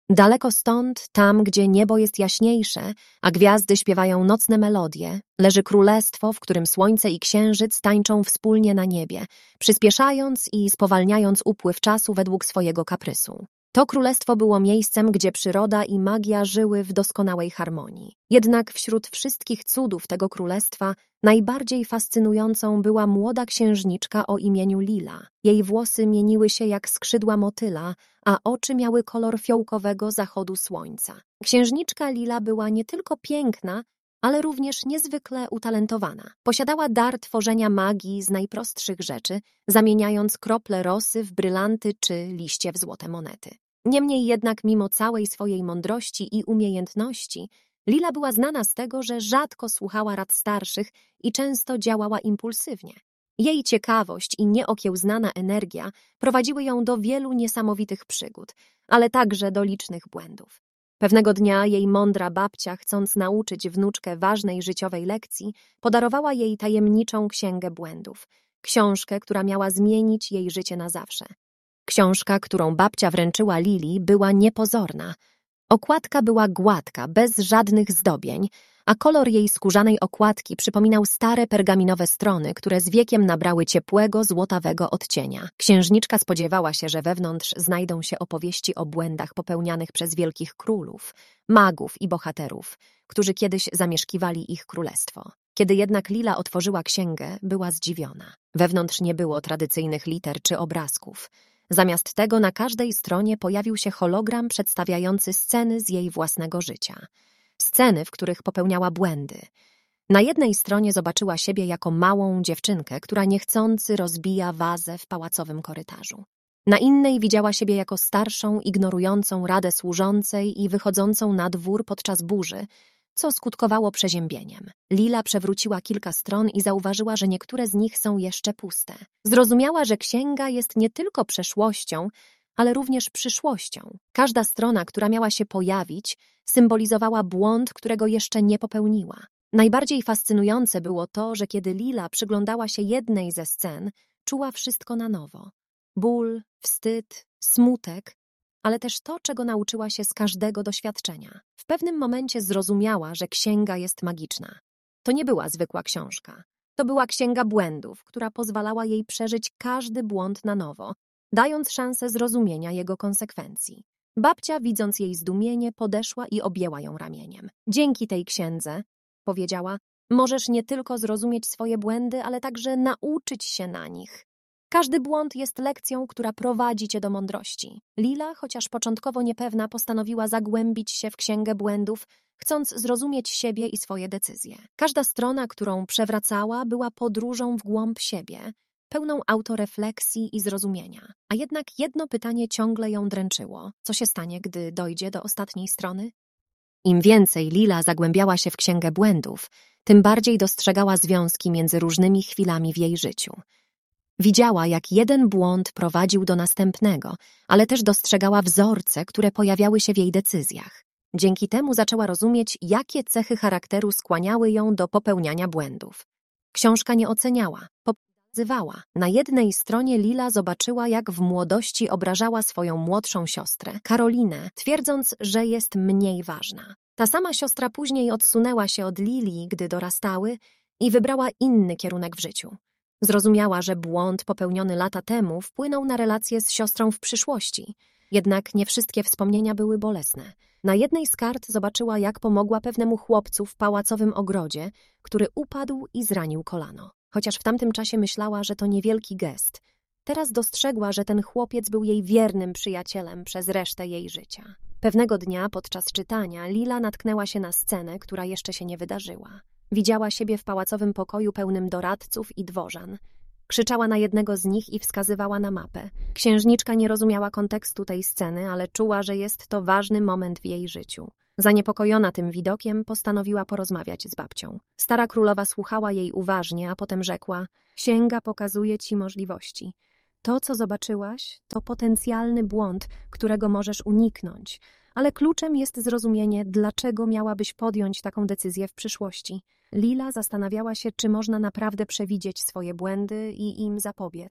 Daleko stąd, tam gdzie niebo jest jaśniejsze, a gwiazdy śpiewają nocne melodie, leży królestwo, w którym słońce i księżyc tańczą wspólnie na niebie, przyspieszając i spowalniając upływ czasu według swojego kaprysu. To królestwo było miejscem, gdzie przyroda i magia żyły w doskonałej harmonii. Jednak wśród wszystkich cudów tego królestwa najbardziej fascynującą była młoda księżniczka o imieniu Lila. Jej włosy mieniły się jak skrzydła motyla, a oczy miały kolor fiołkowego zachodu słońca. Księżniczka Lila była nie tylko piękna, ale również niezwykle utalentowana. Posiadała dar tworzenia magii z najprostszych rzeczy, zamieniając krople rosy w brylanty czy liście w złote monety. Niemniej jednak mimo całej swojej mądrości i umiejętności, Lila była znana z tego, że rzadko słuchała rad starszych i często działała impulsywnie. Jej ciekawość i nieokiełznana energia prowadziły ją do wielu niesamowitych przygód, ale także do licznych błędów. Pewnego dnia jej mądra babcia, chcąc nauczyć wnuczkę ważnej życiowej lekcji, podarowała jej tajemniczą księgę błędów, książkę, która miała zmienić jej życie na zawsze. Książka, którą babcia wręczyła Lili, była niepozorna. Okładka była gładka, bez żadnych zdobień, a kolor jej skórzanej okładki przypominał stare pergaminowe strony, które z wiekiem nabrały ciepłego, złotawego odcienia. Księżniczka spodziewała się, że wewnątrz znajdą się opowieści o błędach popełnianych przez wielkich królów, magów i bohaterów, którzy kiedyś zamieszkiwali ich królestwo. Kiedy jednak Lila otworzyła księgę, była zdziwiona. Wewnątrz nie było tradycyjnych liter czy obrazków. Zamiast tego na każdej stronie pojawił się hologram przedstawiający sceny z jej własnego życia. Sceny, w których popełniała błędy. Na jednej stronie zobaczyła siebie jako małą dziewczynkę, która niechcący rozbija wazę w pałacowym korytarzu. Na innej widziała siebie jako starszą, ignorującą radę służącej i wychodzącą na dwór podczas burzy, co skutkowało przeziębieniem. Lila przewróciła kilka stron i zauważyła, że niektóre z nich są jeszcze puste. Zrozumiała, że księga jest nie tylko przeszłością, ale również przyszłością. Każda strona, która miała się pojawić, symbolizowała błąd, którego jeszcze nie popełniła. Najbardziej fascynujące było to, że kiedy Lila przyglądała się jednej ze scen, czuła wszystko na nowo. Ból, wstyd, smutek, ale też to, czego nauczyła się z każdego doświadczenia. W pewnym momencie zrozumiała, że księga jest magiczna. To nie była zwykła książka. To była księga błędów, która pozwalała jej przeżyć każdy błąd na nowo, dając szansę zrozumienia jego konsekwencji. Babcia, widząc jej zdumienie, podeszła i objęła ją ramieniem. Dzięki tej księdze, powiedziała, możesz nie tylko zrozumieć swoje błędy, ale także nauczyć się na nich. Każdy błąd jest lekcją, która prowadzi cię do mądrości. Lila, chociaż początkowo niepewna, postanowiła zagłębić się w księgę błędów, chcąc zrozumieć siebie i swoje decyzje. Każda strona, którą przewracała, była podróżą w głąb siebie, pełną autorefleksji i zrozumienia. A jednak jedno pytanie ciągle ją dręczyło. Co się stanie, gdy dojdzie do ostatniej strony? Im więcej Lila zagłębiała się w księgę błędów, tym bardziej dostrzegała związki między różnymi chwilami w jej życiu. Widziała, jak jeden błąd prowadził do następnego, ale też dostrzegała wzorce, które pojawiały się w jej decyzjach. Dzięki temu zaczęła rozumieć, jakie cechy charakteru skłaniały ją do popełniania błędów. Książka nie oceniała, pokazywała. Na jednej stronie Lila zobaczyła, jak w młodości obrażała swoją młodszą siostrę, Karolinę, twierdząc, że jest mniej ważna. Ta sama siostra później odsunęła się od Lili, gdy dorastały, i wybrała inny kierunek w życiu. Zrozumiała, że błąd popełniony lata temu wpłynął na relacje z siostrą w przyszłości. Jednak nie wszystkie wspomnienia były bolesne. Na jednej z kart zobaczyła, jak pomogła pewnemu chłopcu w pałacowym ogrodzie, który upadł i zranił kolano. Chociaż w tamtym czasie myślała, że to niewielki gest, teraz dostrzegła, że ten chłopiec był jej wiernym przyjacielem przez resztę jej życia. Pewnego dnia podczas czytania Lila natknęła się na scenę, która jeszcze się nie wydarzyła. Widziała siebie w pałacowym pokoju pełnym doradców i dworzan. Krzyczała na jednego z nich i wskazywała na mapę. Księżniczka nie rozumiała kontekstu tej sceny, ale czuła, że jest to ważny moment w jej życiu. Zaniepokojona tym widokiem, postanowiła porozmawiać z babcią. Stara królowa słuchała jej uważnie, a potem rzekła: księga pokazuje ci możliwości. To, co zobaczyłaś, to potencjalny błąd, którego możesz uniknąć. Ale kluczem jest zrozumienie, dlaczego miałabyś podjąć taką decyzję w przyszłości. Lila zastanawiała się, czy można naprawdę przewidzieć swoje błędy i im zapobiec.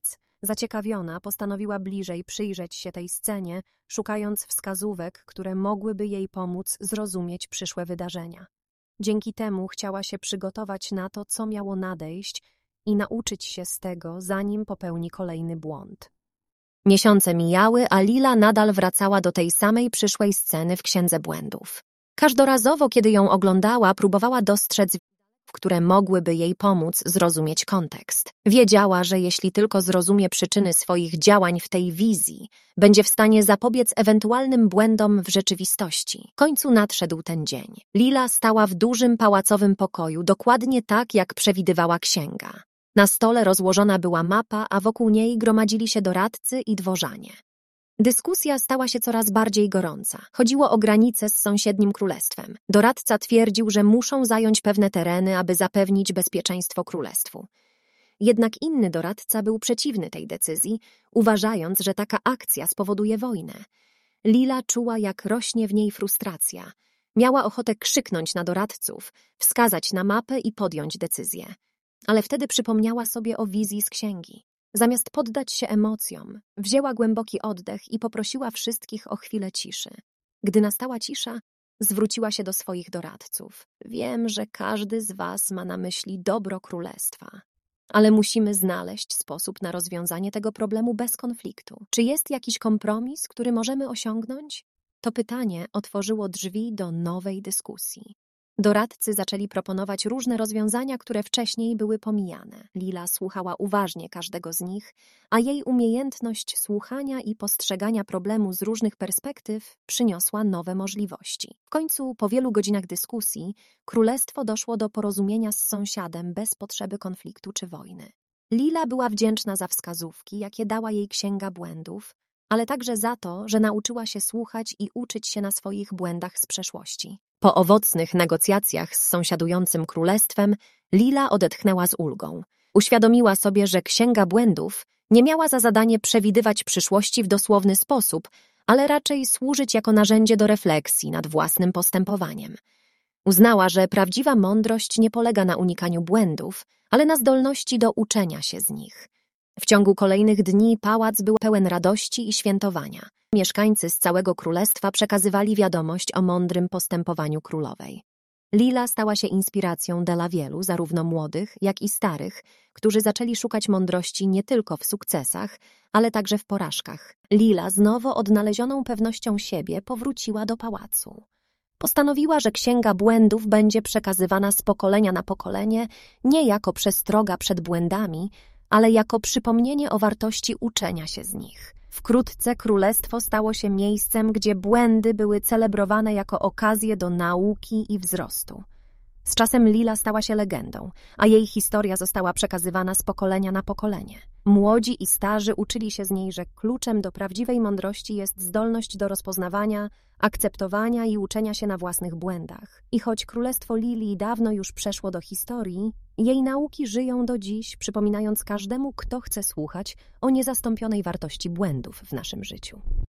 Zaciekawiona, postanowiła bliżej przyjrzeć się tej scenie, szukając wskazówek, które mogłyby jej pomóc zrozumieć przyszłe wydarzenia. Dzięki temu chciała się przygotować na to, co miało nadejść i nauczyć się z tego, zanim popełni kolejny błąd. Miesiące mijały, a Lila nadal wracała do tej samej przyszłej sceny w Księdze Błędów. Każdorazowo, kiedy ją oglądała, próbowała dostrzec, które mogłyby jej pomóc zrozumieć kontekst. Wiedziała, że jeśli tylko zrozumie przyczyny swoich działań w tej wizji, będzie w stanie zapobiec ewentualnym błędom w rzeczywistości. W końcu nadszedł ten dzień. Lila stała w dużym pałacowym pokoju, dokładnie tak, jak przewidywała księga. Na stole rozłożona była mapa, a wokół niej gromadzili się doradcy i dworzanie. Dyskusja stała się coraz bardziej gorąca. Chodziło o granice z sąsiednim królestwem. Doradca twierdził, że muszą zająć pewne tereny, aby zapewnić bezpieczeństwo królestwu. Jednak inny doradca był przeciwny tej decyzji, uważając, że taka akcja spowoduje wojnę. Lila czuła, jak rośnie w niej frustracja. Miała ochotę krzyknąć na doradców, wskazać na mapę i podjąć decyzję. Ale wtedy przypomniała sobie o wizji z księgi. Zamiast poddać się emocjom, wzięła głęboki oddech i poprosiła wszystkich o chwilę ciszy. Gdy nastała cisza, zwróciła się do swoich doradców. Wiem, że każdy z was ma na myśli dobro królestwa, ale musimy znaleźć sposób na rozwiązanie tego problemu bez konfliktu. Czy jest jakiś kompromis, który możemy osiągnąć? To pytanie otworzyło drzwi do nowej dyskusji. Doradcy zaczęli proponować różne rozwiązania, które wcześniej były pomijane. Lila słuchała uważnie każdego z nich, a jej umiejętność słuchania i postrzegania problemu z różnych perspektyw przyniosła nowe możliwości. W końcu, po wielu godzinach dyskusji, królestwo doszło do porozumienia z sąsiadem bez potrzeby konfliktu czy wojny. Lila była wdzięczna za wskazówki, jakie dała jej Księga Błędów, ale także za to, że nauczyła się słuchać i uczyć się na swoich błędach z przeszłości. Po owocnych negocjacjach z sąsiadującym królestwem, Lila odetchnęła z ulgą. Uświadomiła sobie, że Księga Błędów nie miała za zadanie przewidywać przyszłości w dosłowny sposób, ale raczej służyć jako narzędzie do refleksji nad własnym postępowaniem. Uznała, że prawdziwa mądrość nie polega na unikaniu błędów, ale na zdolności do uczenia się z nich. W ciągu kolejnych dni pałac był pełen radości i świętowania. Mieszkańcy z całego królestwa przekazywali wiadomość o mądrym postępowaniu królowej. Lila stała się inspiracją dla wielu, zarówno młodych, jak i starych, którzy zaczęli szukać mądrości nie tylko w sukcesach, ale także w porażkach. Lila z nowo odnalezioną pewnością siebie powróciła do pałacu. Postanowiła, że Księga Błędów będzie przekazywana z pokolenia na pokolenie nie jako przestroga przed błędami, ale jako przypomnienie o wartości uczenia się z nich. Wkrótce królestwo stało się miejscem, gdzie błędy były celebrowane jako okazje do nauki i wzrostu. Z czasem Lila stała się legendą, a jej historia została przekazywana z pokolenia na pokolenie. Młodzi i starzy uczyli się z niej, że kluczem do prawdziwej mądrości jest zdolność do rozpoznawania, akceptowania i uczenia się na własnych błędach. I choć królestwo Lili dawno już przeszło do historii, jej nauki żyją do dziś, przypominając każdemu, kto chce słuchać, o niezastąpionej wartości błędów w naszym życiu.